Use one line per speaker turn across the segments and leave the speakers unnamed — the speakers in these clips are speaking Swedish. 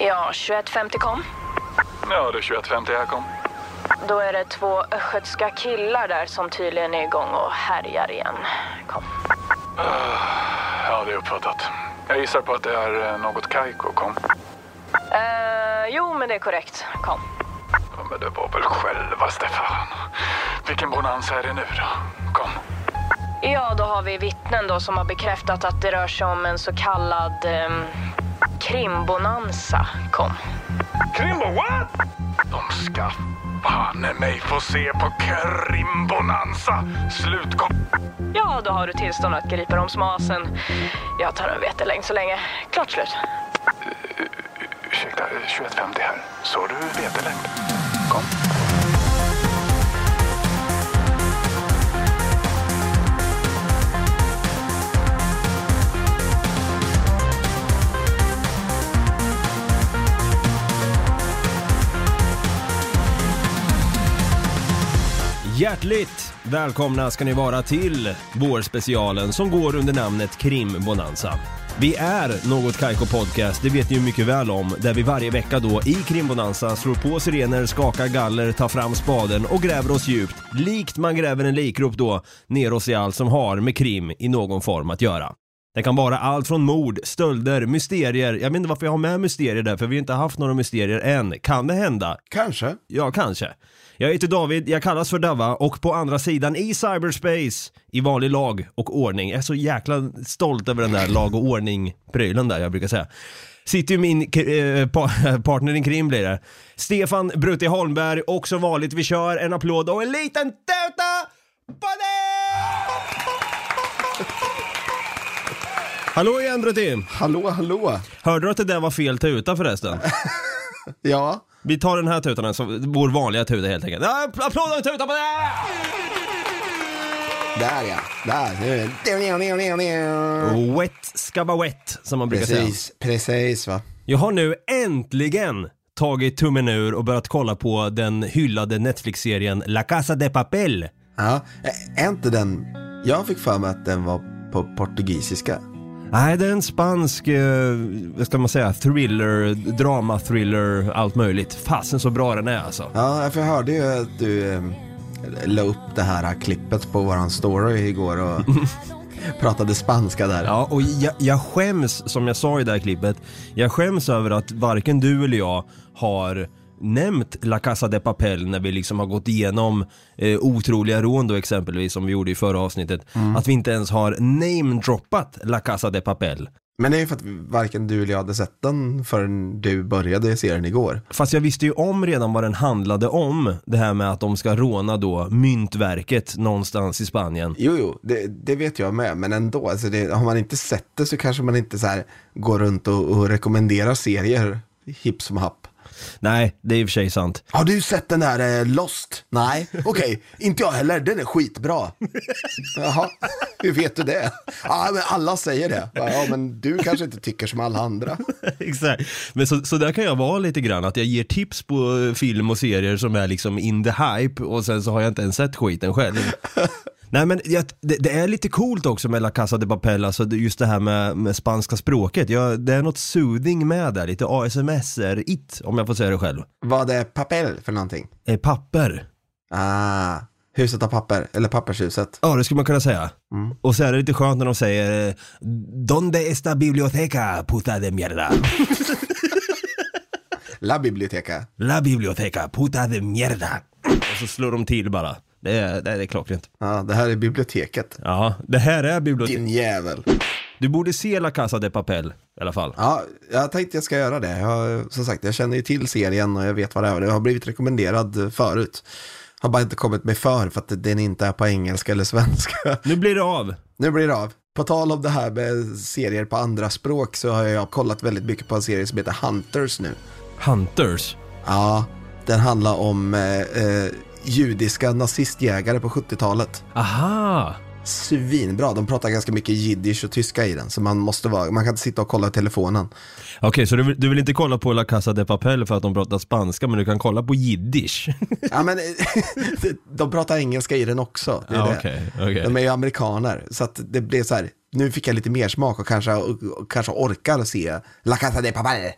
Ja, 21.50 kom.
Ja, det är 21.50 här kom.
Då är det 2 östgötska killar där som tydligen är igång och härjar igen. Kom.
Ja, det är uppfattat. Jag gissar på att det är något Kaiko, kom.
Jo, men det är korrekt. Kom.
Ja, men det var väl själva, Stefan. Vilken bonanza är det nu då? Kom.
Ja, då har vi vittnen då som har bekräftat att det rör sig om en så kallad krimbonanza. Kom.
Krimbo, what? De ska fan mig få se på krimbonanza. Slutkom.
Ja, då har du tillstånd att gripa dem smasen. Jag tar en vetelängd så länge. Klart slut.
Ursäkta, 21.50 här. Så du vetelängd? Kom.
Hjärtligt välkomna ska ni vara till vårspecialen som går under namnet Krimbonanza. Vi är Något Kaiko Podcast, det vet ni ju mycket väl om, där vi varje vecka då i Krimbonanza slår på sirener, skakar galler, tar fram spaden och gräver oss djupt, likt man gräver en likrop då, ner oss i allt som har med krim i någon form att göra. Det kan vara allt från mord, stölder, mysterier. Jag vet inte varför jag har med mysterier där, för vi har inte haft några mysterier än. Kan det hända?
Kanske.
Ja, kanske. Jag heter David, jag kallas för Dava och på andra sidan i cyberspace, i vanlig lag och ordning. Jag är så jäkla stolt över den där lag- och ordning-prylen där, jag brukar säga. Sitter ju min partner i krim blir det. Stefan Brutti Holmberg, och som vanligt vi kör en applåd och en liten tuta på det! Hallå igen Brutti!
Hallå.
Hörde du att det där var fel tuta förresten?
Ja.
Vi tar den här tutan, som vår vanliga tuta helt enkelt. Ja, applåd och tuta på det!
Där ja. Där.
Wet ska vara wet, som man brukar säga.
Precis va.
Jag har nu äntligen tagit tummen ur och börjat kolla på den hyllade Netflix-serien La Casa de Papel.
Ja, är inte den... Jag fick för mig att den var på portugisiska.
Nej, det är en spansk, vad ska man säga, thriller, drama-thriller, allt möjligt. Fasen så bra den är alltså.
Ja, för jag hörde ju att du la upp det här klippet på våran story igår och pratade spanska där.
Ja, och jag skäms, som jag sa i det här klippet, jag skäms över att varken du eller jag har nämnt La Casa de Papel när vi liksom har gått igenom otroliga rån då exempelvis, som vi gjorde i förra avsnittet. Att vi inte ens har name-droppat La Casa de Papel.
Men det är ju för att varken du eller jag hade sett den förrän du började se den igår.
Fast jag visste ju om redan vad den handlade om. Det här med att de ska råna då myntverket någonstans i Spanien.
Jo, det vet jag med. Men ändå, alltså har man inte sett det så kanske man inte så här går runt och rekommenderar serier hipp som happ.
Nej, det är i och för sig sant.
Har du sett den här Lost? Nej, okej, inte jag heller, den är skitbra. Jaha, hur vet du det? Ja, men alla säger det. Ja, men du kanske inte tycker som alla andra.
Exakt, men så där kan jag vara lite grann. Att jag ger tips på film och serier som är liksom in the hype, och sen så har jag inte ens sett skiten själv. Nej, men det är lite coolt också med La Casa de Papel, alltså just det här med spanska språket. Det är något soothing med det, lite ASMR-it, om jag får säga det själv.
Vad är papel för någonting?
Papper.
Huset av papper, eller pappershuset.
Ja, det skulle man kunna säga. Och så är det lite skönt när de säger Donde está biblioteca, puta de mierda?
La biblioteca.
La biblioteca, puta de mierda. Och så slår de till bara. Det är klockrent.
Ja, det här är biblioteket.
Ja, det här är biblioteket.
Din jävel.
Du borde se La Casa de Papel i alla fall.
Ja, jag tänkte jag ska göra det. Som sagt, jag känner ju till serien och jag vet vad det är. Jag har blivit rekommenderad förut. Har bara inte kommit mig för att den inte är på engelska eller svenska.
Nu blir det av. På
tal om det här med serier på andra språk så har jag kollat väldigt mycket på en serie som heter Hunters nu.
Hunters?
Ja, den handlar om judiska nazistjägare på 70-talet.
Aha!
svinbra. De pratar ganska mycket jiddisch och tyska i den, så man kan inte sitta och kolla telefonen.
Okej, så du vill inte kolla på La Casa de Papel för att de pratar spanska, men du kan kolla på jiddisch.
Ja, men de pratar engelska i den också. Det är det.
Okay.
De är ju amerikaner, så att det blir så här. Nu fick jag lite mer smak och kanske orkar se La Casa de Papel.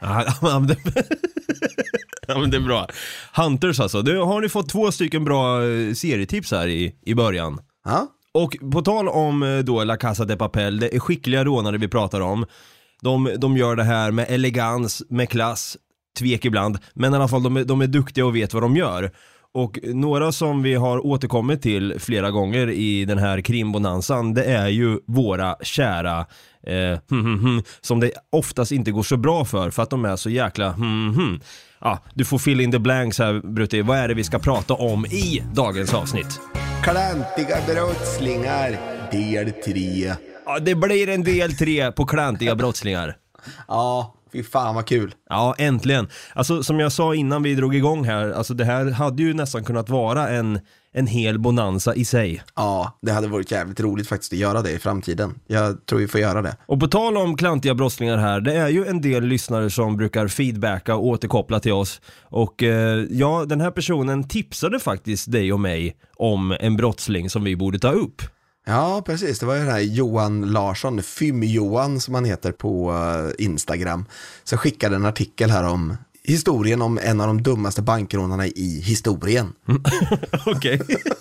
Ja, men det är bra. Hunters alltså. Har ni fått 2 stycken bra serietips här i början?
Ja.
Och på tal om då La Casa de Papel, det är skickliga rånare vi pratar om. De gör det här med elegans, med klass, tvek ibland. Men i alla fall de är duktiga och vet vad de gör. Och några som vi har återkommit till flera gånger i den här krimbonanzan, det är ju våra kära som det oftast inte går så bra för att de är så jäkla Ja, du får fill in the blanks här, Brutti. Vad är det vi ska prata om i dagens avsnitt?
Klantiga brottslingar, del 3.
Ja, det blir en del 3 på klantiga brottslingar.
Ja, fy fan vad kul.
Ja, äntligen. Alltså som jag sa innan vi drog igång här, alltså det här hade ju nästan kunnat vara en hel bonanza i sig.
Ja, det hade varit jävligt roligt faktiskt att göra det i framtiden. Jag tror vi får göra det.
Och på tal om klantiga brottslingar här, det är ju en del lyssnare som brukar feedbacka och återkoppla till oss. Och ja, den här personen tipsade faktiskt dig och mig om en brottsling som vi borde ta upp.
Ja, precis. Det var ju den här Johan Larsson, Fym-Johan som han heter på Instagram. Så skickade en artikel här om historien om en av de dummaste bankrånarna i historien.
Okej.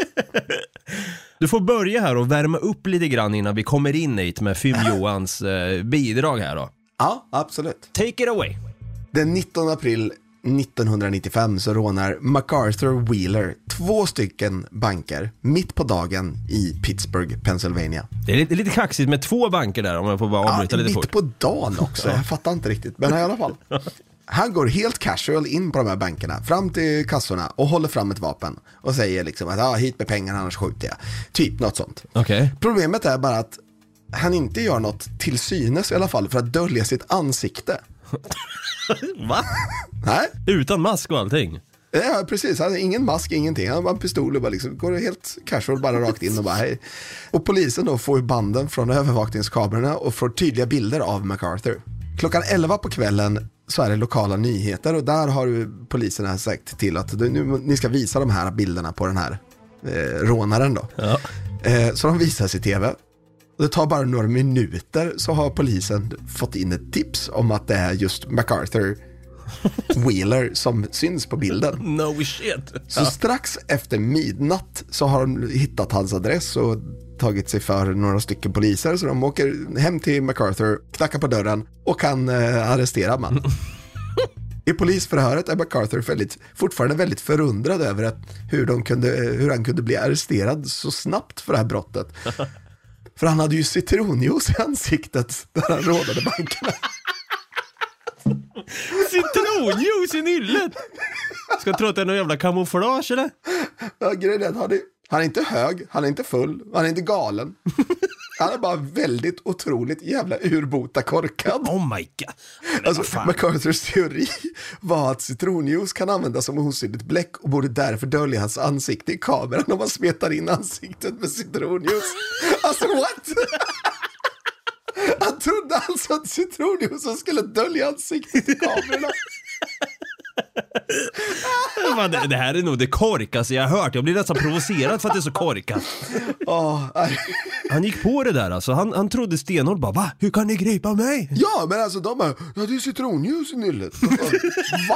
Du får börja här och värma upp lite grann innan vi kommer in hit med Fym-Johans bidrag här då.
Ja, absolut.
Take it away.
Den 19 april 1995 så rånar MacArthur Wheeler 2 stycken banker mitt på dagen i Pittsburgh, Pennsylvania.
Det är lite kaxigt med 2 banker där om jag får bara avbryta lite fort.
Mitt på dagen också, jag fattar inte riktigt. Men i alla fall. Han går helt casual in på de här bankerna, fram till kassorna och håller fram ett vapen och säger liksom att hit med pengarna annars skjuter jag. Typ något sånt.
Okay.
Problemet är bara att han inte gör något till synes i alla fall för att dölja sitt ansikte.
Va?
Nej.
Utan mask och allting?
Ja, precis. Han har ingen mask, ingenting. Han har bara en pistol och bara liksom går helt casual bara rakt in och bara hej. Och polisen då får banden från övervakningskamerorna och får tydliga bilder av MacArthur. Klockan 11 på kvällen så är det lokala nyheter och där har ju poliserna sagt till att ni ska visa de här bilderna på den här rånaren då. Ja. Så de visas i tv. Det tar bara några minuter så har polisen fått in ett tips om att det är just MacArthur Wheeler som syns på bilden.
No shit.
Så strax efter midnatt så har de hittat hans adress och tagit sig för några stycken poliser. Så de åker hem till MacArthur, knackar på dörren och kan arrestera man. I polisförhöret är MacArthur fortfarande väldigt förundrad över hur han kunde bli arresterad så snabbt för det här brottet. För han hade ju citronjuice i ansiktet när han rådade bankerna.
Citronjuice i nyllet? Ska jag tro att det är någon jävla kamouflage eller?
Ja, grejen är att han är inte hög, han är inte full, han är inte galen. Han är bara väldigt otroligt jävla urbota korkad.
Oh my god.
Alltså, MacArthurs teori var att citronjuice kan användas som osynligt bläck och borde därför dölja hans ansikte i kameran om man smetar in ansiktet med citronjuice. Alltså, what? Han trodde alltså att citronjuice skulle dölja ansiktet i kamerorna.
Det här är nog det korkaste jag har hört. Jag blir nästan provocerad för att det är så korkat. Han gick på det där alltså. Han trodde stenhårt bara, va? Hur kan ni gripa mig?
Ja, men alltså de bara, det är citronljus i nyllet. Va?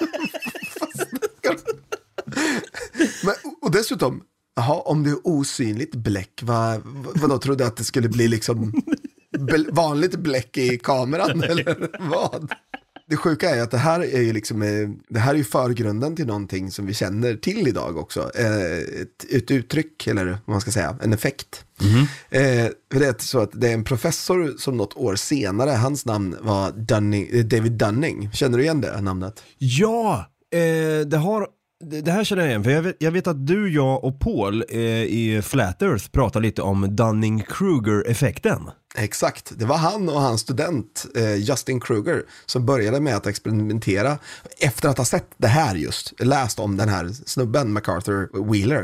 Men, och dessutom, om det är osynligt bläck, vad då trodde jag att det skulle bli liksom vanligt bläck i kameran eller vad? Det sjuka är att det här är ju liksom, det här är ju förgrunden till någonting som vi känner till idag också. Ett uttryck, eller vad man ska säga, en effekt. Det är så att det är en professor som något år senare, hans namn var David Dunning. Känner du igen det namnet?
Ja, det här känner jag igen. För jag vet att du, jag och Paul i Flat Earth pratar lite om Dunning-Kruger-effekten.
Exakt, det var han och hans student Justin Kruger som började med att experimentera efter att ha sett det här läst om den här snubben MacArthur Wheeler.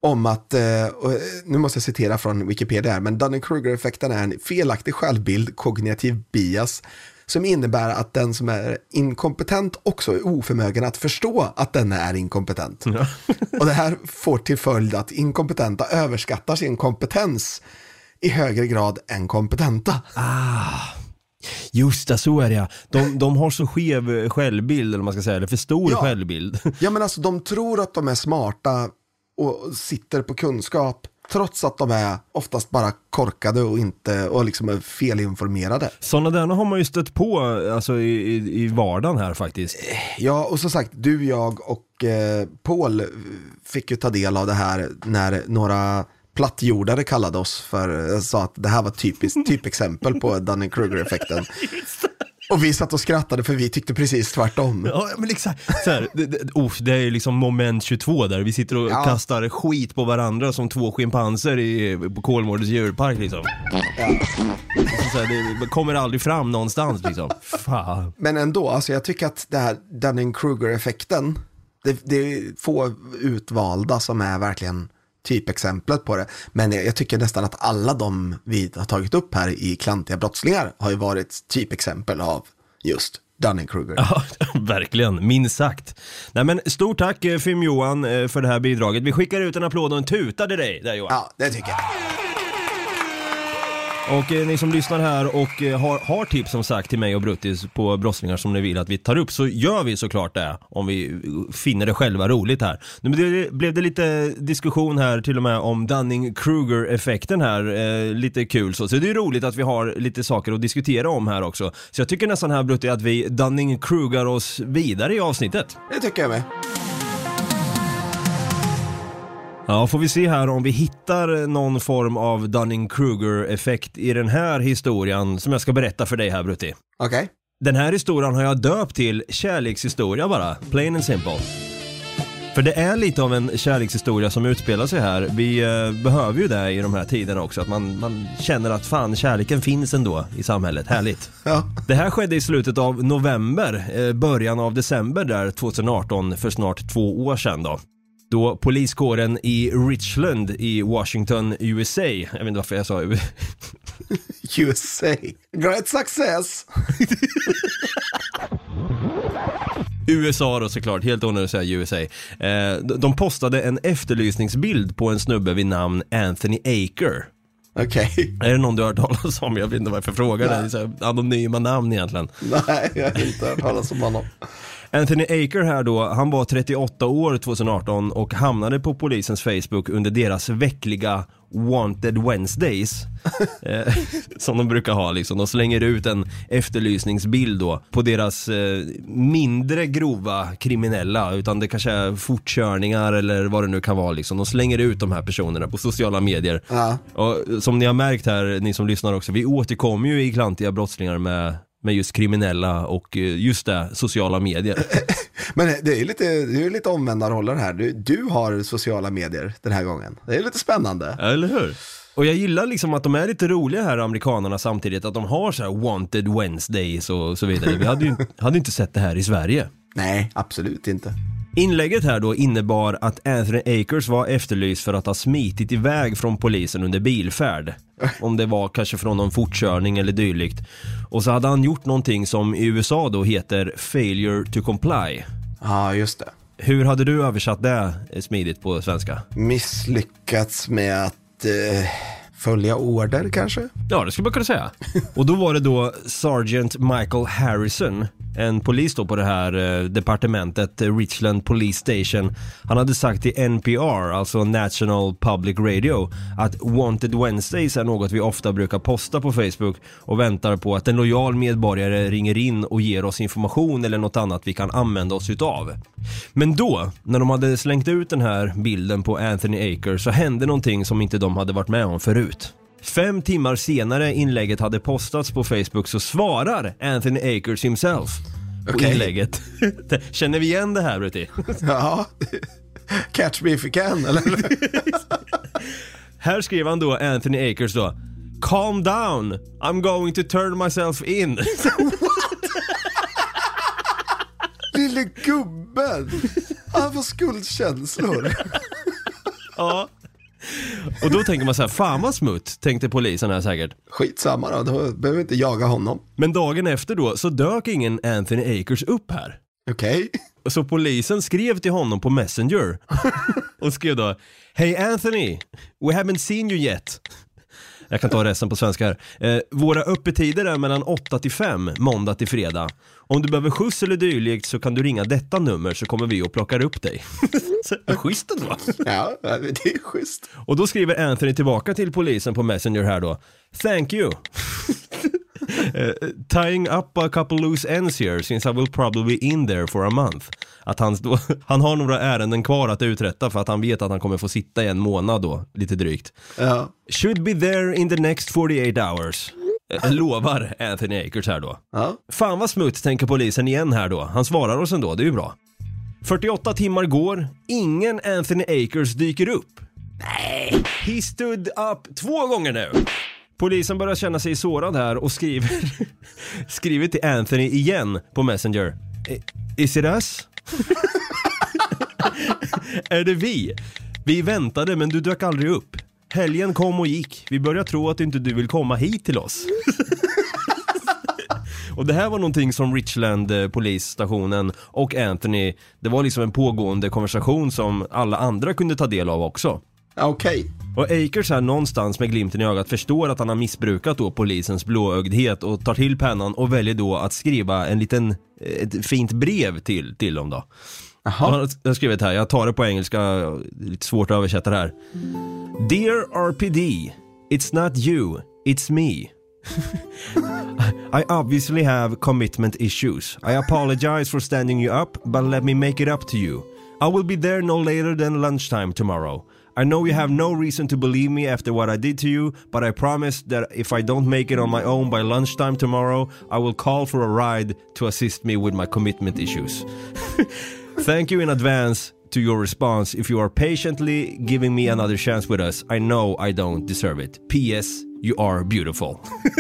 om att, nu måste jag citera från Wikipedia här, men Dunning-Kruger-effekten är en felaktig självbild, kognitiv bias, som innebär att den som är inkompetent också är oförmögen att förstå att den är inkompetent. Ja. Och det här får till följd att inkompetenta överskattar sin kompetens i högre grad än kompetenta.
Just det, så är det. De har så skev självbild, eller man ska säga, eller för stor självbild.
Ja, men alltså de tror att de är smarta och sitter på kunskap, trots att de är oftast bara korkade och liksom är felinformerade.
Sådana där har man ju stött på alltså, i vardagen här faktiskt.
Ja, och som sagt, du, jag och Paul fick ju ta del av det här när några plattjordare kallade oss för, sa att det här var typexempel på Dunning-Kruger-effekten. Och vi satt och skrattade för vi tyckte precis tvärtom.
Ja, men exakt. Så här, det är liksom moment 22 där. Vi sitter och kastar skit på varandra som två schimpanser på Kolmårdens djurpark liksom. Ja. Så här, det kommer aldrig fram någonstans liksom. Fan.
Men ändå, alltså jag tycker att det här Dunning-Kruger-effekten, det är få utvalda som är verkligen typexemplet på det. Men jag tycker nästan att alla de vi har tagit upp här i Klantiga brottslingar har ju varit typexempel av just Dunning-Kruger.
Ja, verkligen, minst sagt. Nej, men stort tack Film Johan för det här bidraget. Vi skickar ut en applåd och en tuta till dig där, Johan.
Ja, det tycker jag.
Och ni som lyssnar här och har tips som sagt till mig och Bruttis på brottslingar som ni vill att vi tar upp, så gör vi såklart det om vi finner det själva roligt här. Nu blev det lite diskussion här till och med om Dunning-Kruger-effekten här, lite kul så det är roligt att vi har lite saker att diskutera om här också. Så jag tycker nästan här, Brutti, att vi Dunning-Kruger oss vidare i avsnittet.
Det tycker jag med.
Ja, får vi se här om vi hittar någon form av Dunning-Kruger-effekt i den här historien som jag ska berätta för dig här, Brutti.
Okej.
Den här historien har jag döpt till kärlekshistoria bara, plain and simple. För det är lite av en kärlekshistoria som utspelar sig här. Vi behöver ju det i de här tiderna också, att man känner att fan, kärleken finns ändå i samhället. Härligt.
Ja.
Det här skedde i slutet av november, början av december där 2018, för snart 2 år sedan då. Då poliskåren i Richland i Washington, USA. Jag vet inte varför jag sa
USA. Great success.
USA då såklart, helt onödigt att säga USA. De postade en efterlysningsbild på en snubbe vid namn Anthony Aker.
Okej.
Är det någon du har hört talas om? Jag vet inte varför jag frågar. Det är så här anonyma namn egentligen.
Nej, jag har inte hört talas om honom.
Anthony Aker här då, han var 38 år 2018 och hamnade på polisens Facebook under deras veckliga Wanted Wednesdays som de brukar ha liksom. De slänger ut en efterlysningsbild då på deras mindre grova kriminella, utan det kanske är fortkörningar eller vad det nu kan vara liksom. De slänger ut de här personerna på sociala medier. Och som ni har märkt här, ni som lyssnar också, vi återkommer ju i Klantiga brottslingar med just kriminella och just det, sociala medier.
Men det är lite omvända roller här. Du har sociala medier den här gången. Det är lite spännande.
Eller hur? Och jag gillar liksom att de är lite roliga här, amerikanerna, samtidigt att de har så här Wanted Wednesdays och så vidare. Vi hade inte sett det här i Sverige.
Nej, absolut inte.
Inlägget här då innebar att Anthony Akers var efterlyst för att ha smitit iväg från polisen under bilfärd. Om det var kanske från någon fortkörning eller dylikt. Och så hade han gjort någonting som i USA då heter failure to comply.
Ja, just det.
Hur hade du översatt det smidigt på svenska?
Misslyckats med att följa order kanske?
Ja, det skulle man kunna säga. Och då var det då Sergeant Michael Harrison, en polis då på det här departementet, Richland Police Station. Han hade sagt till NPR, alltså National Public Radio, att Wanted Wednesdays är något vi ofta brukar posta på Facebook och väntar på att en lojal medborgare ringer in och ger oss information eller något annat vi kan använda oss utav. Men då, när de hade slängt ut den här bilden på Anthony Aker, så hände någonting som inte de hade varit med om förut. 5 timmar senare inlägget hade postats på Facebook så svarar Anthony Akers himself på inlägget. Känner vi igen det här, Brutti?
Ja, catch me if you can, eller?
Här skrev han då, Anthony Akers då: calm down, I'm going to turn myself in.
Lille gubben, han får skuldkänslor.
Ja. Och då tänker man så här, fan vad smutt, tänkte polisen här säkert.
Skitsamma då behöver vi inte jaga honom.
Men dagen efter då så dök ingen Anthony Akers upp här.
Okej.
Så polisen skrev till honom på Messenger och skrev då: Hey Anthony, we haven't seen you yet. Jag kan ta resten på svenska här. Våra öppettider är mellan 8 till 5, måndag till fredag. Om du behöver skjuts eller dylikt så kan du ringa detta nummer så kommer vi och plockar upp dig. Schysst ändå.
Ja, det är schysst.
Och då skriver Anthony tillbaka till polisen på Messenger här då: Thank you. Tying up a couple loose ends here since I will probably be in there for a month. Att han har några ärenden kvar att uträtta för att han vet att han kommer få sitta i en månad då, lite drygt.
Ja.
Should be there in the next 48 hours. Lovar Anthony Akers här då.
Ja.
Fan vad smutt, tänker polisen igen här då. Han svarar oss ändå, det är ju bra. 48 timmar går, ingen Anthony Akers dyker upp. Nej. He stood up 2 gånger nu. Polisen börjar känna sig sårad här och skriver till Anthony igen på Messenger. Is it us? Är det vi? Vi väntade men du dök aldrig upp. Helgen kom och gick. Vi börjar tro att inte du vill komma hit till oss. Och det här var någonting som Richland polisstationen och Anthony, det var liksom en pågående konversation som alla andra kunde ta del av också.
Okej.
Och Akers här någonstans med glimten i ögat förstår att han har missbrukat då polisens blåögdhet och tar till pennan och väljer då att skriva ett fint brev till dem då.
Aha.
Jag har skrivit här, jag tar det på engelska, lite svårt att översätta det här. Dear RPD, it's not you, it's me. I obviously have commitment issues. I apologize for standing you up, but let me make it up to you. I will be there no later than lunchtime tomorrow. I know you have no reason to believe me after what I did to you, but I promise that if I don't make it on my own by lunchtime tomorrow, I will call for a ride to assist me with my commitment issues. Thank you in advance to your response. If you are patiently giving me another chance with us, I know I don't deserve it. P.S. You are beautiful.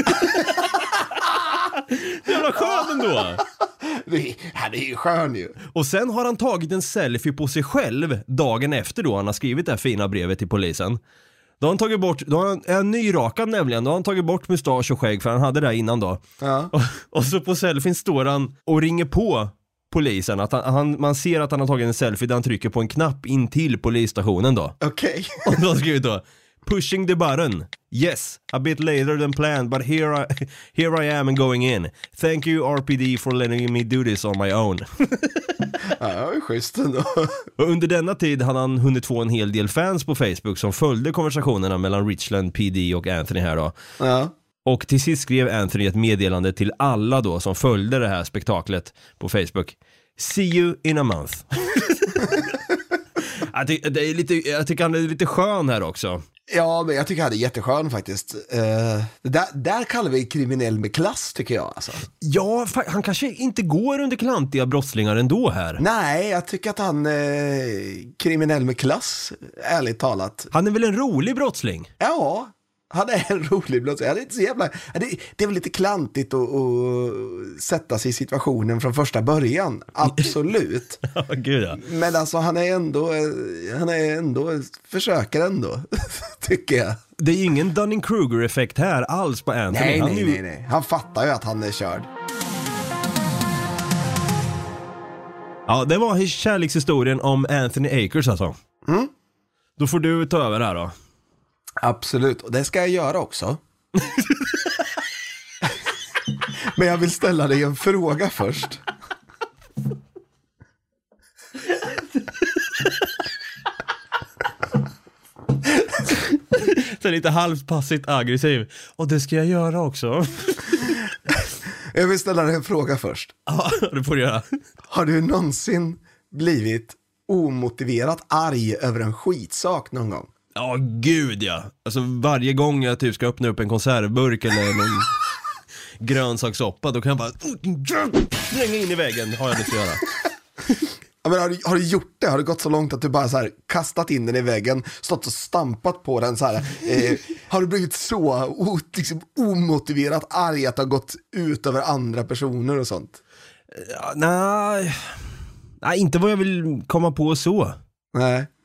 Det var skön ändå.
Det är ju skön ju.
Och sen har han tagit en selfie på sig själv dagen efter då han har skrivit det här fina brevet till polisen. Då har han tagit bort, då har han nyrakad nämligen, då har han tagit bort mustasch och skägg för han hade det där innan då. Ja. Och så på selfien står han och ringer på polisen, att man ser att han har tagit en selfie där han trycker på en knapp in till polisstationen då.
Okej.
Och då har han skrivit då: pushing the button. Yes, a bit later than planned, but here I am and going in. Thank you RPD for letting me do this on my own.
Ja, det var ju schysst ändå.
Och under denna tid hade han hunnit få en hel del fans på Facebook som följde konversationerna mellan Richland PD och Anthony här då. Ja. Och till sist skrev Anthony ett meddelande till alla då som följde det här spektaklet på Facebook. See you in a month. Jag tycker han är lite skön här också.
Ja, men jag tycker han är jätteskön faktiskt. Där kallar vi kriminell med klass, tycker jag alltså.
Ja, han kanske inte går under klantiga brottslingar ändå här.
Nej, jag tycker att han kriminell med klass, ärligt talat.
Han är väl en rolig brottsling?
Ja, han är en rolig brottsling. Han är inte så jävla... Det är väl lite klantigt att sätta sig i situationen från första början. Absolut.
Ja, gud ja.
Men alltså han är ändå försöker ändå, tycker jag.
Det är ingen Dunning-Kruger-effekt här alls på Anthony.
Nej. Han fattar ju att han är körd.
Ja, det var kärlekshistorien om Anthony Akers alltså. Mm. Då får du ta över här då.
Absolut, och det ska jag göra också. Men jag vill ställa dig en fråga först.
Så lite halvt passivt aggressiv. Och det ska jag göra också.
Jag vill ställa dig en fråga först.
Ja, det får du göra.
Har du någonsin blivit omotiverat arg över en skitsak någon gång?
Ja, gud ja. Alltså varje gång jag typ ska öppna upp en konservburk eller någon grönsakssoppa, då kan jag bara slänga in i väggen. Har jag det att göra.
Ja, men har du gjort det? Har det gått så långt att du bara så här kastat in den i väggen, stått och stampat på den så här? Har du blivit så liksom omotiverat arg att det har gått ut över andra personer och sånt?
Ja, nej, inte vad jag vill komma på så.
Nej.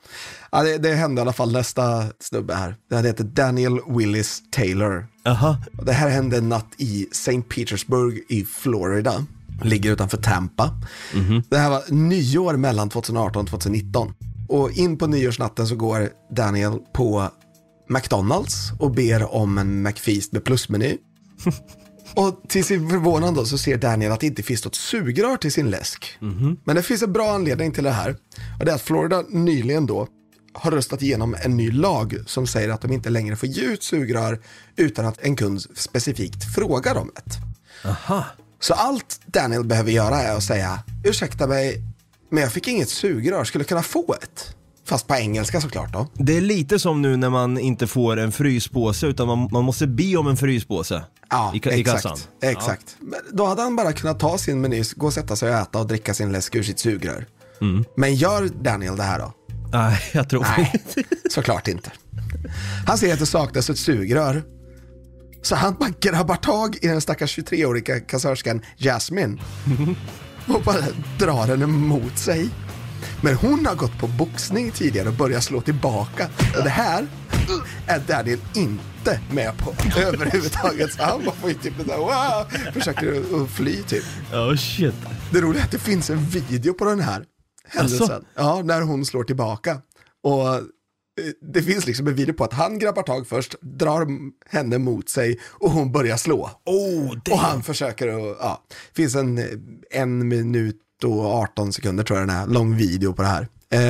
Ja, det hände i alla fall nästa snubbe här. Det heter Daniel Willis Taylor.
Aha.
Det här hände en natt i St. Petersburg i Florida. Ligger utanför Tampa. Det här var nyår mellan 2018 och 2019. Och in på nyårsnatten så går Daniel på McDonalds och ber om en McFeast med plusmeny. Och till sin förvånan då så ser Daniel att det inte finns något sugrör till sin läsk. Men det finns en bra anledning till det här. Och det är att Florida nyligen då har röstat igenom en ny lag som säger att de inte längre får ge ut sugrör utan att en kund specifikt frågar om det.
Aha.
Så allt Daniel behöver göra är att säga: ursäkta mig, men jag fick inget sugrör, skulle kunna få ett. Fast på engelska såklart då.
Det är lite som nu när man inte får en fryspåse utan man måste be om en fryspåse.
Ja,
i kassan.
Exakt. Men då hade han bara kunnat ta sin meny, gå och sätta sig och äta och dricka sin läsk ur sitt sugrör. Men gör Daniel det här då?
Nej, jag tror
inte. Såklart inte. Han ser att det saknas ett sugrör. Så han bara grabbar tag i den stackars 23-åriga kassörskan Jasmine och bara drar henne mot sig. Men hon har gått på boxning tidigare och börjat slå tillbaka. Och det här är Daniel inte med på överhuvudtaget. Så han bara får ju typ såhär, wow, försöker att fly typ.
Oh shit.
Det roliga är att det finns en video på den här händelsen.
Alltså?
Ja, när hon slår tillbaka. Och det finns liksom en video på att han grabbar tag först, drar henne mot sig och hon börjar slå. Och han försöker att, ja, det finns en minut och 18 sekunder tror jag den är, lång video på det här.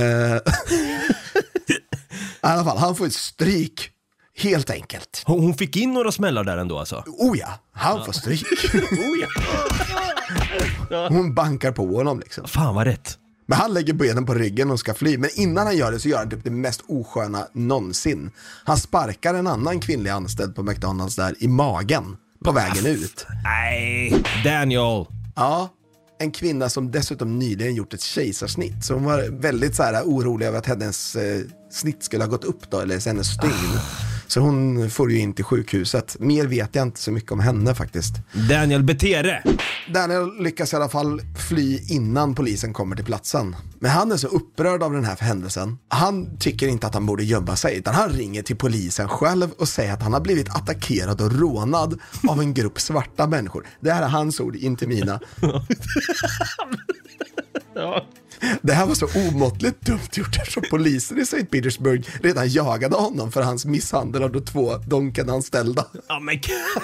I alla fall, han får ett stryk helt enkelt.
Hon fick in några smällar där ändå alltså?
Oh ja, han får stryk. Hon bankar på honom liksom.
Fan vad rätt.
Men han lägger benen på ryggen och ska fly. Men innan han gör det så gör han typ det mest osköna någonsin. Han sparkar en annan kvinnlig anställd på McDonalds där i magen på vägen ut.
Nej, Daniel.
Ja, en kvinna som dessutom nyligen gjort ett kejsarsnitt. Så hon var väldigt så här orolig över att hennes snitt skulle ha gått upp då, eller hennes stygn. Så hon får ju in till sjukhuset. Mer vet jag inte så mycket om henne faktiskt.
Daniel Betere.
Daniel lyckas i alla fall fly innan polisen kommer till platsen. Men han är så upprörd av den här händelsen. Han tycker inte att han borde gömma sig, utan han ringer till polisen själv och säger att han har blivit attackerad och rånad av en grupp svarta människor. Det här är hans ord, inte mina.
Ja.
Det här var så omåttligt dumt gjort eftersom polisen i St. Petersburg redan jagade honom för hans misshandel av de 2 Donken-anställda.
Ja, men...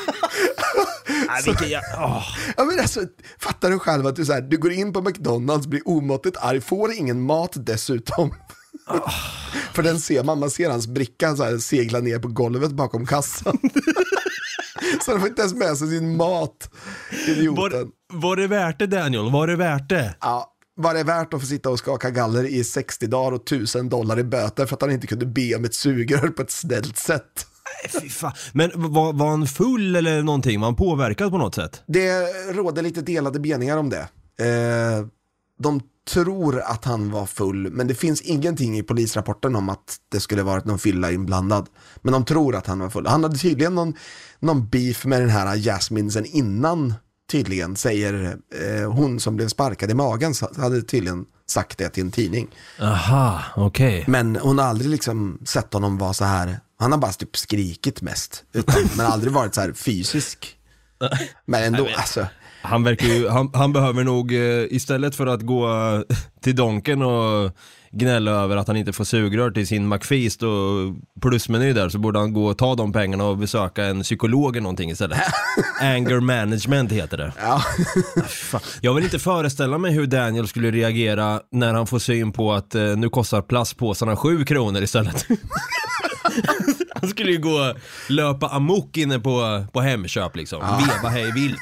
Ja, men alltså, fattar du själv att du går in på McDonalds, blir omåttligt arg, får ingen mat dessutom. För man ser hans bricka så här, segla ner på golvet bakom kassan. Så han får inte ens med sig sin mat. Idioten.
Var det värt det, Daniel? Var det värt det?
Ja. Var det värt att få sitta och skaka galler i 60 dagar och $1,000 i böter för att han inte kunde be om ett sugrör på ett snällt sätt?
Nej, fy fan. Men var han full eller någonting? Var han påverkad på något sätt?
Det råder lite delade meningar om det. De tror att han var full, men det finns ingenting i polisrapporten om att det skulle varit någon fylla inblandad. Men de tror att han var full. Han hade tydligen någon beef med den här Jasmine sen innan. Tydligen, säger hon som blev sparkad i magen, hade tydligen sagt det till en tidning.
Aha, okej. Okay.
Men hon har aldrig liksom sett honom vara så här. Han har bara typ skrikit mest, men aldrig varit så här fysisk. Men ändå, alltså.
Han verkar ju, han behöver nog istället för att gå till Donken och gnälla över att han inte får sugrör till sin McFeast och plusmeny där, så borde han gå och ta de pengarna och besöka en psykolog eller någonting istället. Anger management heter det.
Ja.
Jag vill inte föreställa mig hur Daniel skulle reagera när han får syn på att nu kostar plastpåsarna 7 kronor istället. Han skulle ju gå och löpa amok inne på Hemköp liksom. Veva hej vilt.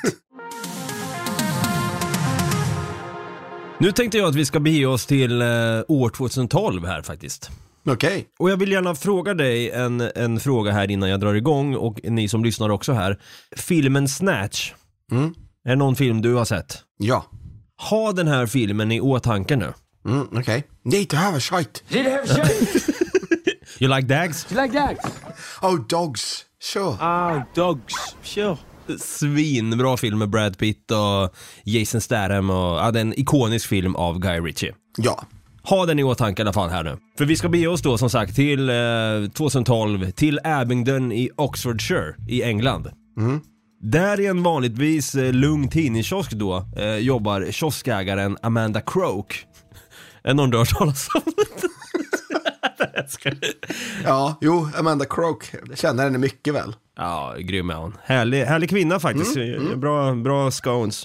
Nu tänkte jag att vi ska bege oss till år 2012 här faktiskt.
Okej.
Och jag vill gärna fråga dig en fråga här innan jag drar igång, och ni som lyssnar också här. Filmen Snatch. Är det någon film du har sett?
Ja.
Ha den här filmen i åtanke nu.
Okej. Need to have a shite.
Need to have a shite.
You like dogs?
You like dogs?
Oh, dogs. Sure.
Oh, dogs. Sure.
Svinbra film med Brad Pitt och Jason Statham, och det är en ikonisk film av Guy Ritchie.
Ja.
Ha den i åtanke i alla fall här nu. För vi ska bege oss då som sagt till 2012 till Abingdon i Oxfordshire i England. Där i en vanligtvis lugn tidningskiosk då jobbar kioskägaren Amanda Croak. Är någon du har talas om?
Ja, Amanda Croak. Jag känner henne mycket väl.
Ja, grym är hon. Härlig kvinna faktiskt. Bra scones.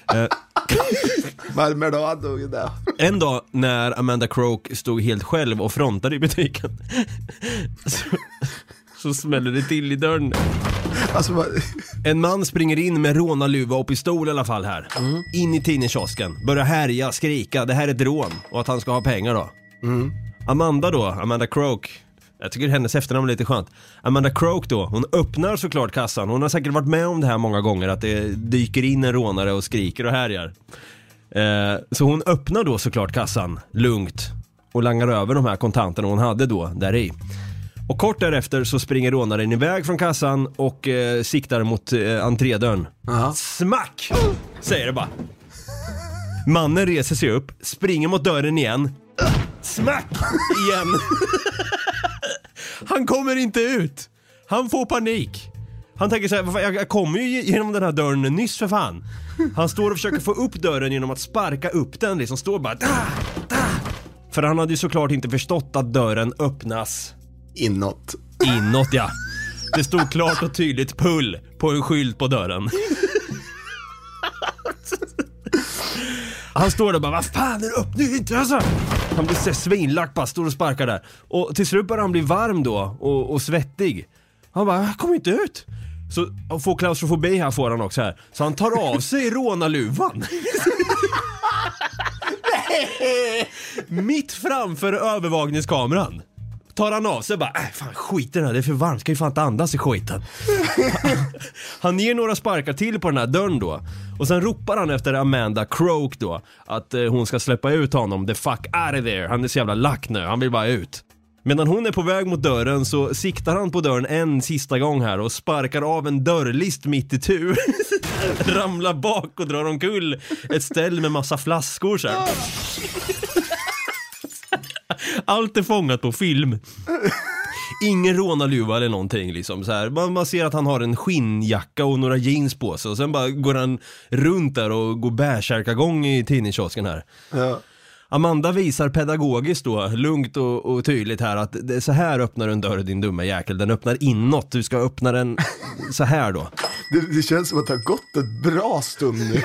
Varmer då dog det.
En dag när Amanda Croak stod helt själv och frontade i butiken så smäller det till i dörren.
Alltså,
en man springer in med rånarluva och pistol i alla fall här. In i tidningskiosken. Börjar härja, skrika. Det här är ett rån. Och att han ska ha pengar då. Amanda Croak. Jag tycker hennes efternamn är lite skönt. Amanda Croak då, hon öppnar såklart kassan. Hon har säkert varit med om det här många gånger, att det dyker in en rånare och skriker och härjar. Så hon öppnar då såklart kassan lugnt och langar över de här kontanterna hon hade då där i. Och kort därefter så springer rånaren iväg från kassan och siktar mot entrédörren. Smack! Säger det bara. Mannen reser sig upp, springer mot dörren igen. Smack! Igen. Han kommer inte ut. Han får panik. Han tänker så här, jag kommer ju genom den här dörren nyss för fan. Han står och försöker få upp dörren genom att sparka upp den. Liksom står bara För han hade ju såklart inte förstått att dörren öppnas
inåt,
ja. Det stod klart och tydligt pull på en skylt på dörren. Han står där och bara, vad fan är det upp nu inte alltså? Han blir så svinlack, bara står och sparkar där. Och till slut börjar han bli varm då och svettig. Han bara, jag kommer inte ut. Så får klaustrofobi här får han också här. Så han tar av sig rånarluvan. Mitt framför övervakningskameran tar han av sig bara, fan skit den här, det är för varmt, ska ju fan inte andas i skiten. Han ger några sparkar till på den här dörren då. Och sen ropar han efter Amanda Croak då att hon ska släppa ut honom. The fuck out of there, han är så jävla lack nu, han vill bara ut. Medan hon är på väg mot dörren så siktar han på dörren en sista gång här och sparkar av en dörrlist mitt i tur. Ramlar bak och drar omkull ett ställ med massa flaskor så här. Allt är fångat på film. Ingen rånarluva eller någonting liksom så här. Man ser att han har en skinnjacka och några jeans på sig. Och sen bara går han runt där och går bärsärkagång i tidningskiosken här. Ja. Amanda visar pedagogiskt då, lugnt och tydligt här att det är så här öppnar en dörr, din dumma jäkel. Den öppnar inåt, du ska öppna den så här då.
Det känns som att det har gått ett bra stund nu.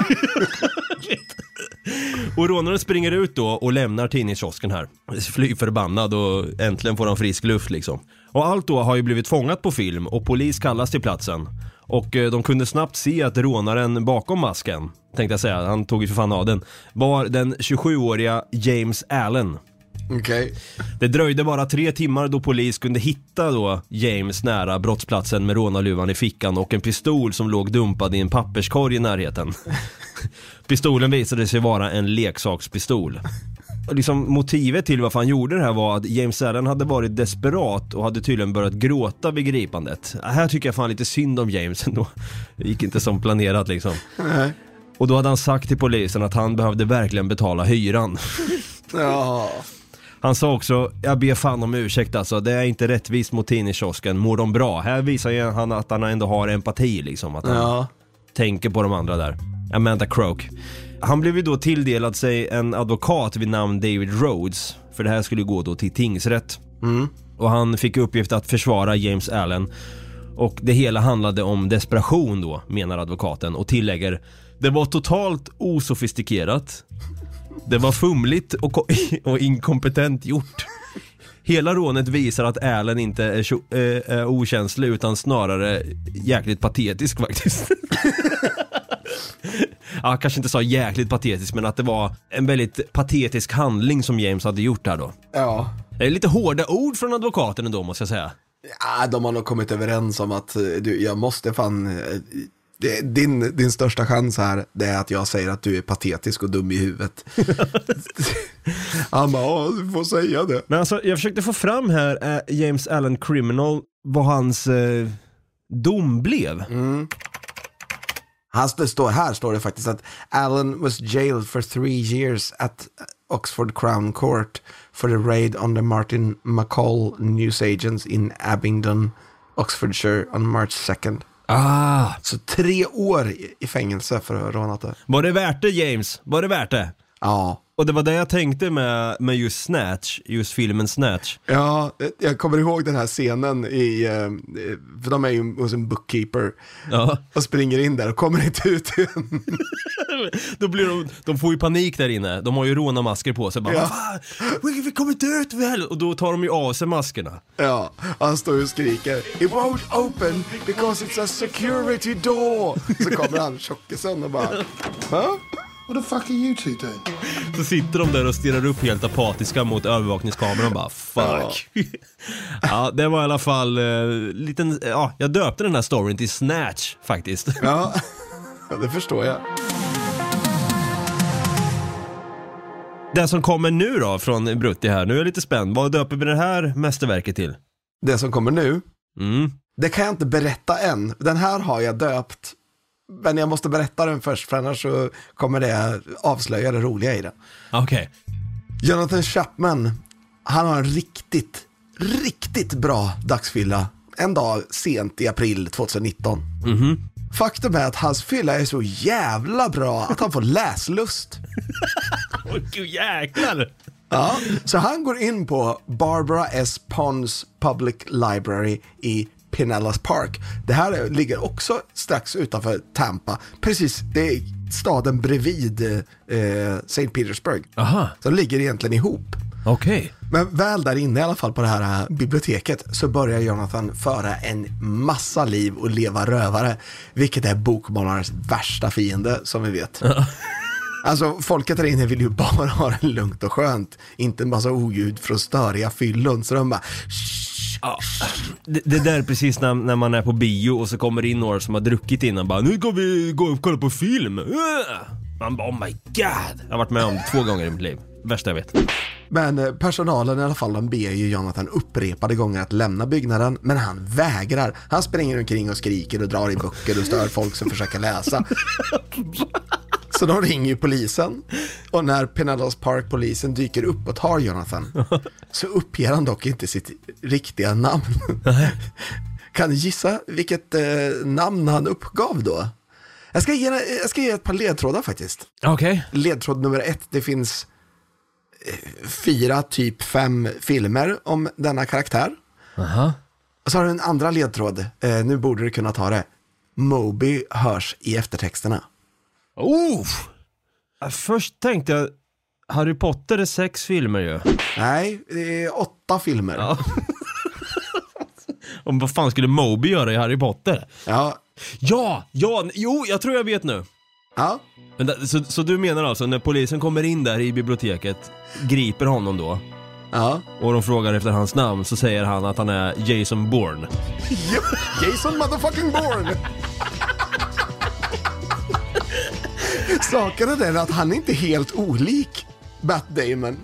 Och rånaren springer ut då och lämnar tidningskiosken här. Fly förbannad och äntligen får han frisk luft liksom. Och allt då har ju blivit fångat på film och polis kallas till platsen. Och de kunde snabbt se att rånaren bakom masken, tänkte jag säga, han tog ju för fan av den, var den 27-åriga James Allen.
Okay.
Det dröjde bara 3 timmar då polis kunde hitta då James nära brottsplatsen med rånarluvan i fickan och en pistol som låg dumpad i en papperskorg i närheten. Pistolen visade sig vara en leksakspistol. Liksom motivet till varför han gjorde det här var att James Allen hade varit desperat och hade tydligen börjat gråta vid gripandet. Här tycker jag fan lite synd om James ändå. Det gick inte som planerat liksom. Och då hade han sagt till polisen att han behövde verkligen betala hyran.
Ja.
Han sa också, jag ber fan om ursäkt alltså, det är inte rättvist mot tidningskiosken, mår de bra? Här visar han att han ändå har empati liksom, att han tänker på de andra där. Amanda Croak. Han blev ju då tilldelad sig en advokat vid namn David Rhodes, för det här skulle gå då till tingsrätt. Och han fick uppgift att försvara James Allen. Och det hela handlade om desperation då, menar advokaten, och tillägger, det var totalt osofistikerat. Det var fumligt och inkompetent gjort. Hela rånet visar att Allen inte är okänslig utan snarare jäkligt patetisk faktiskt. Ja, kanske inte så jäkligt patetisk, men att det var en väldigt patetisk handling som James hade gjort här då.
Ja.
Det är lite hårda ord från advokaten ändå, måste jag säga.
Ja, de har nog kommit överens om att jag måste fan... Din största chans här, det är att jag säger att du är patetisk och dum i huvudet. Han bara, du får säga det.
Men alltså, jag försökte få fram här James Allen Criminal, vad hans dom blev.
Här står det faktiskt att Allen was jailed for 3 years at Oxford Crown Court for the raid on the Martin McCall newsagents in Abingdon, Oxfordshire on March 2nd. Så 3 år i fängelse för att ha rånat det.
Var det värt det, James? Var det värt det?
Ja.
Och det var det jag tänkte med just Snatch, just filmen Snatch.
Ja, jag kommer ihåg den här scenen i, för de är ju hos en bookkeeper.
Ja.
Och springer in där och kommer inte ut igen.
Då blir de får ju panik där inne. De har ju rånarmasker på sig. Bara,
Ja.
vi kommer inte ut väl. Och då tar de ju av sig maskerna.
Ja, han står och skriker "It won't open because it's a security door." Så kommer han tjockisen och bara "Huh?
What the fuck are you two doing?"
Så sitter de där och stirrar upp helt apatiska mot övervakningskameran och bara fuck. Ja, det var i alla fall liten, jag döpte den här storyn till Snatch faktiskt.
Ja, det förstår jag.
Det som kommer nu då från Brutti här, nu är jag lite spänd. Vad döper vi det här mästerverket till?
Det som kommer nu,
Mm.
det kan jag inte berätta än. Den här har jag döpt, men jag måste berätta den först, för annars så kommer det avslöja det roliga i den.
Okej.
Jonathan Chapman, han har en riktigt bra dagsfylla en dag sent i april 2019. Faktum är att hans fylla är så jävla bra att han får läslust.
Åh gud, jäklar.
Ja, så han går in på Barbara S. Pons Public Library i Pinellas Park. Det här ligger också strax utanför Tampa. Precis, det är staden bredvid St. Petersburg.
Aha.
Så de ligger egentligen ihop.
Okej.
Men väl där inne i alla fall på det här biblioteket så börjar Jonathan föra en massa liv och leva rövare, vilket är bokmålarens värsta fiende, som vi vet. Alltså folket där inne vill ju bara ha det lugnt och skönt, inte en massa oljud från störiga fyllon, så de bara
Ja, det där är precis när man är på bio och så kommer in några som har druckit innan, bara nu går vi gå och kolla på film. Man bara oh my god. Jag har varit med om det 2 gånger i mitt liv. Värsta jag vet.
Men personalen i alla fall, de ber ju Jonathan upprepade gånger att lämna byggnaden, men han vägrar. Han springer omkring och skriker och drar i böcker och stör folk som försöker läsa. Så de ringer ju polisen, och när Pinellas Park-polisen dyker upp och tar Jonathan så uppger han dock inte sitt riktiga namn. Kan du gissa vilket namn han uppgav då? Jag ska ge ett par ledtrådar faktiskt.
Okej.
Ledtråd nummer 1, det finns 4, typ 5 filmer om denna karaktär.
Aha.
Och så har du en andra ledtråd. Nu borde du kunna ta det. Moby hörs i eftertexterna.
Först tänkte jag Harry Potter är 6 filmer ju.
Nej, det är 8 filmer.
Ja. Om vad fan skulle Moby göra i Harry Potter?
Ja.
Jag tror jag vet nu.
Ja.
Men så du menar alltså när polisen kommer in där i biblioteket, griper honom då,
Ja.
och de frågar efter hans namn, så säger han att han är Jason Bourne.
Jason motherfucking Bourne. Saken är den att han är inte helt olik Matt Damon.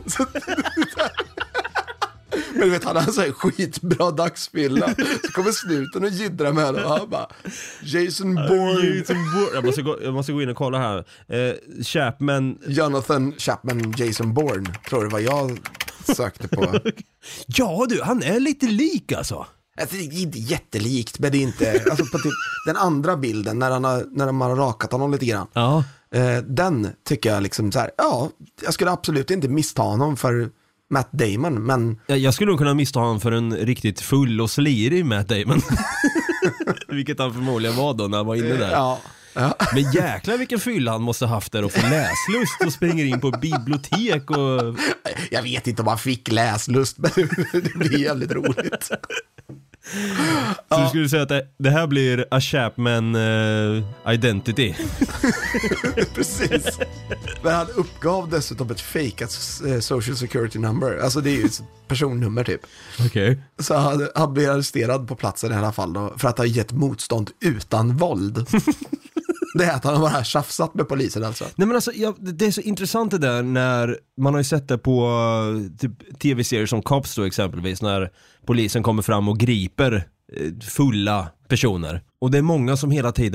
Men du vet, han har en sån här skitbra dagsfylla. Så kommer snuten och jiddrar med honom. Han bara, Jason Bourne.
Jag måste gå in och kolla här. Chapman.
Jonathan Chapman, Jason Bourne, tror det var jag sökte på.
Ja du, han är lite lik alltså.
Alltså, det är inte jättelikt, men det är inte, alltså på typ den andra bilden när de har rakat honom lite grann.
Ja.
Den tycker jag liksom så här, ja, jag skulle absolut inte missta honom för Matt Damon, men
Jag skulle nog kunna missta honom för en riktigt full och slirig Matt Damon. Vilket han förmodligen var då när han var inne där.
ja.
Men jäklar vilken fylla han måste haft där och få läslust och springer in på bibliotek och...
Jag vet inte om han fick läslust, men det blir jävligt roligt.
Så du skulle säga att det här blir a Chapman identity.
Precis. Men han uppgav dessutom ett fejkat social security number. Alltså det är ju ett personnummer typ.
Okej.
Så han blir arresterad på platsen i alla fall då, för att ha gett motstånd utan våld. Det är att han har bara tjafsat med polisen alltså.
Nej men alltså, det är så intressant det där när man har ju sett det på typ tv-serier som Cops då exempelvis, när polisen kommer fram och griper fulla personer. Och det är många som hela tiden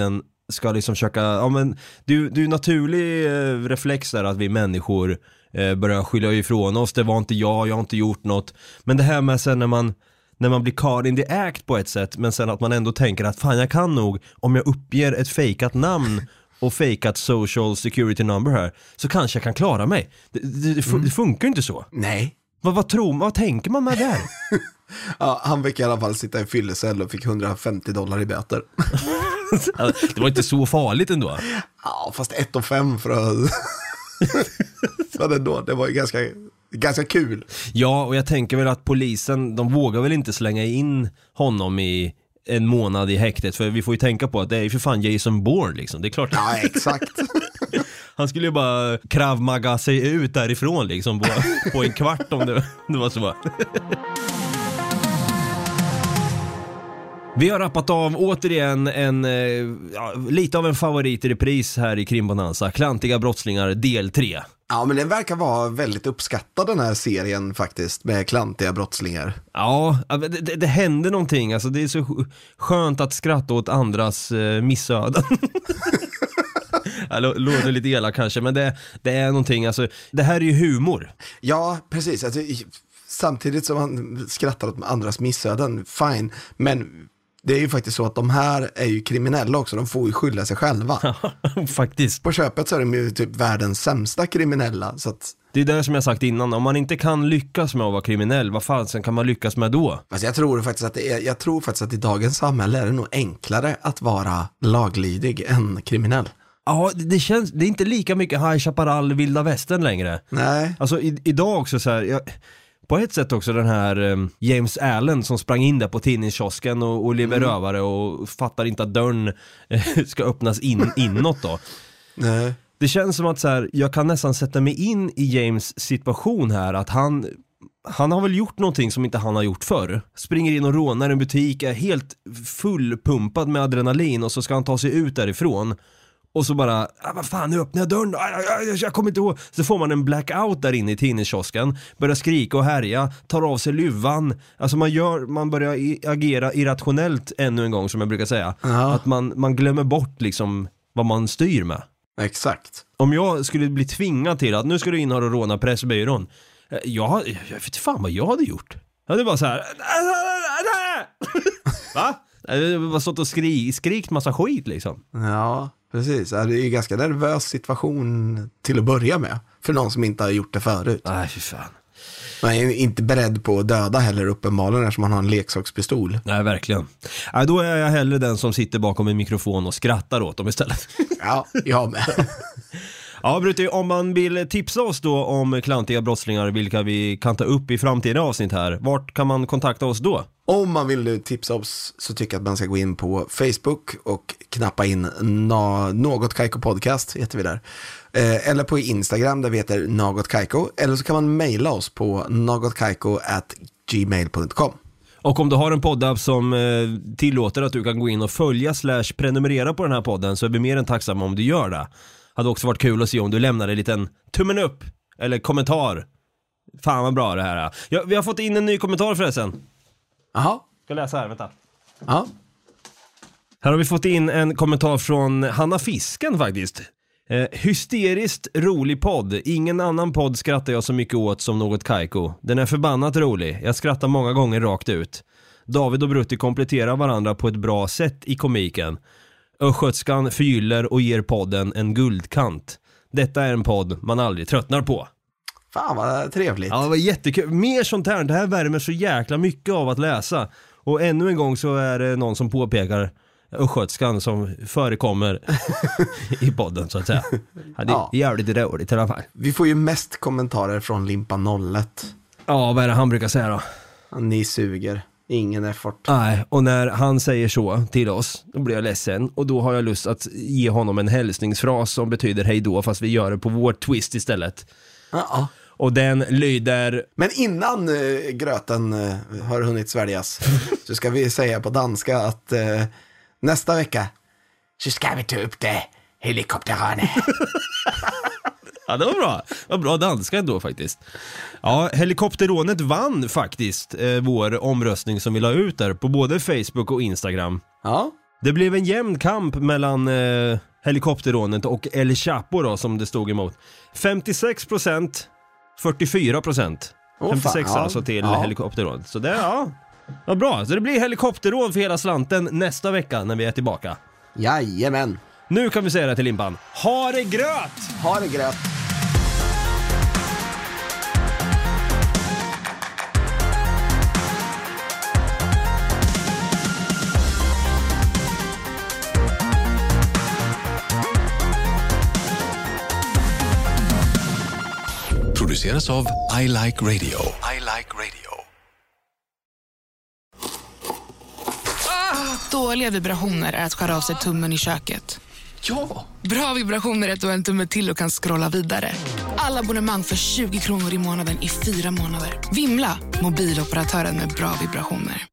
ska liksom försöka, ja men det är ju naturlig reflex där att vi människor börjar skylla ifrån oss, det var inte jag har inte gjort något. Men det här med sen när man blir caught in the act på ett sätt, men sen att man ändå tänker att fan jag kan nog, om jag uppger ett fejkat namn och fejkat social security number här, så kanske jag kan klara mig. Det funkar inte så.
Nej.
Vad tänker man med där?
Ja, han fick i alla fall sitta i fyllecell och fick $150 i böter.
Det var inte så farligt ändå.
Ja, fast 1,5 för att... Så det var ju ganska kul.
Ja, och jag tänker väl att polisen, de vågar väl inte slänga in honom i en månad i häktet, för vi får ju tänka på att det är ju för fan Jason Bourne liksom, det är klart.
Ja, exakt.
Han skulle ju bara kravmaga sig ut därifrån liksom på en kvart om det var så. Vi har rappat av återigen lite av en favorit i repris här i Krimbonanza, Klantiga brottslingar del 3.
Ja, men den verkar vara väldigt uppskattad den här serien faktiskt, med klantiga brottslingar.
Ja, det händer någonting. Alltså, det är så skönt att skratta åt andras missöden. Låter lite elak kanske, men det är någonting. Alltså, det här är ju humor.
Ja, precis. Alltså, samtidigt som man skrattar åt andras missöden, fine. Men det är ju faktiskt så att de här är ju kriminella också. De får ju skylla sig själva.
Faktiskt.
På köpet så är de ju typ världens sämsta kriminella. Så att...
Det är det som jag sagt innan. Om man inte kan lyckas med att vara kriminell, vad fan sen kan man lyckas med då?
Alltså jag tror faktiskt att i dagens samhälle är det nog enklare att vara laglydig än kriminell.
Ja, det är inte lika mycket High Chaparral Vilda Västern längre.
Nej.
Alltså idag också så här... På ett sätt också den här James Allen som sprang in där på tidningskiosken och lever rövare och fattar inte att dörren ska öppnas inåt då.
Nej.
Det känns som att så här, jag kan nästan sätta mig in i James situation här, att han har väl gjort någonting som inte han har gjort förr. Springer in och rånar en butik, är helt fullpumpad med adrenalin och så ska han ta sig ut därifrån. Och så bara, vad fan, nu öppnar jag dörren. Jag kommer inte ihåg. Så får man en blackout där inne i tidningskiosken. Börjar skrika och härja. Tar av sig luvan. Alltså man börjar agera irrationellt ännu en gång, som jag brukar säga.
Ja.
Att man glömmer bort liksom vad man styr med.
Exakt.
Om jag skulle bli tvingad till att nu ska du in och råna Pressbyrån. Jag vet fan vad jag hade gjort. Jag hade bara så här. Va? Jag bara stått och skrikt massa skit liksom.
Ja, precis. Det är ju ganska nervös situation till att börja med. För någon som inte har gjort det förut.
Nej, fy fan.
Man är inte beredd på att döda heller uppenbarligen, eftersom man har en leksakspistol.
Nej, verkligen. Då är jag hellre den som sitter bakom en mikrofon och skrattar åt dem istället.
Ja, jag med.
Ja, Brutti, om man vill tipsa oss då om klantiga brottslingar, vilka vi kan ta upp i framtida avsnitt här, vart kan man kontakta oss då?
Om man vill tipsa oss så tycker jag att man ska gå in på Facebook och knappa in Något Kaiko Podcast, heter vi där. Eller på Instagram där vi heter Något Kaiko. Eller så kan man mejla oss på nogotkaiko@gmail.com.
Och om du har en poddapp som tillåter att du kan gå in och följa / prenumerera på den här podden, så är vi mer än tacksamma om du gör det. Hade också varit kul att se om du lämnar en liten tummen upp eller kommentar. Fan vad bra det här är. Ja, vi har fått in en ny kommentar förresten.
Jaha.
Ska läsa här, vänta.
Ja.
Här har vi fått in en kommentar från Hanna Fisken faktiskt. Hysteriskt rolig podd. Ingen annan podd skrattar jag så mycket åt som Något Kaiko. Den är förbannat rolig. Jag skrattar många gånger rakt ut. David och Brutti kompletterar varandra på ett bra sätt i komiken. Östgötskan förgyller och ger podden en guldkant. Detta är en podd man aldrig tröttnar på.
Fan vad trevligt.
Ja, det var jättekul. Mer sånt här. Det här värmer så jäkla mycket av att läsa. Och ännu en gång så är det någon som påpekar östgötskan som förekommer i podden så att säga. Ja, det är jävligt roligt i alla fall.
Vi får ju mest kommentarer från Limpa 01.
Ja, vad är det han brukar säga då?
Ni suger. Ingen effort.
Nej, och när han säger så till oss, då blir jag ledsen. Och då har jag lust att ge honom en hälsningsfras som betyder hej då, fast vi gör det på vår twist istället.
Ja.
Och den lyder...
Men innan gröten har hunnit sväljas så ska vi säga på danska att nästa vecka så ska vi ta upp det helikopterane.
Ja, det var bra. Det var bra danska ändå faktiskt. Ja, helikopterrånet vann faktiskt vår omröstning som vi la ut där på både Facebook och Instagram.
Ja.
Det blev en jämn kamp mellan helikopterrånet och El Chapo då, som det stod emot. 56%, 44%. 56
fan,
alltså till helikopterrånet. Så det, vad bra. Så det blir helikopterrån för hela slanten nästa vecka när vi är tillbaka.
Jajamän.
Nu kan vi säga det till Limpan. Ha det gröt!
Ha det gröt.
Produceras av I Like Radio. I Like Radio.
Dåliga vibrationer är att skära av sig tummen i köket.
Ja!
Bra vibrationer är att du har en tumme till och kan scrolla vidare. Alla abonnemang för 20 kronor i månaden i 4 månader. Vimla! Mobiloperatören med bra vibrationer.